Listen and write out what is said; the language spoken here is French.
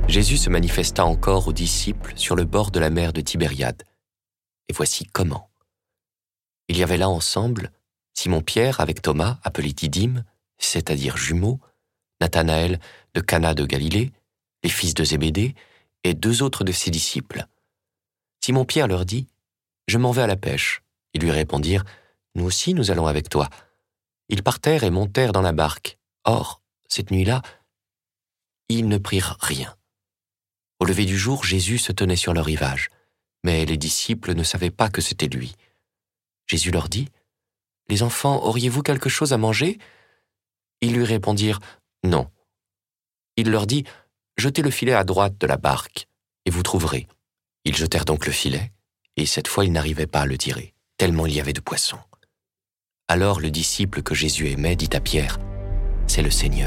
Jésus se manifesta encore aux disciples sur le bord de la mer de Tibériade. Et voici comment. Il y avait là ensemble Simon-Pierre avec Thomas, appelé Didyme, c'est-à-dire jumeaux, Nathanaël de Cana de Galilée, les fils de Zébédée, et 2 autres de ses disciples. Simon-Pierre leur dit « Je m'en vais à la pêche ». Ils lui répondirent « Nous aussi, nous allons avec toi ». Ils partèrent et montèrent dans la barque. Or, cette nuit-là, ils ne prirent rien. Au lever du jour, Jésus se tenait sur le rivage, mais les disciples ne savaient pas que c'était lui. Jésus leur dit « Les enfants, auriez-vous quelque chose à manger ?» Ils lui répondirent « Non ». Il leur dit « Jetez le filet à droite de la barque, et vous trouverez. » Ils jetèrent donc le filet, et cette fois ils n'arrivaient pas à le tirer, tellement il y avait de poissons. Alors le disciple que Jésus aimait dit à Pierre « C'est le Seigneur ».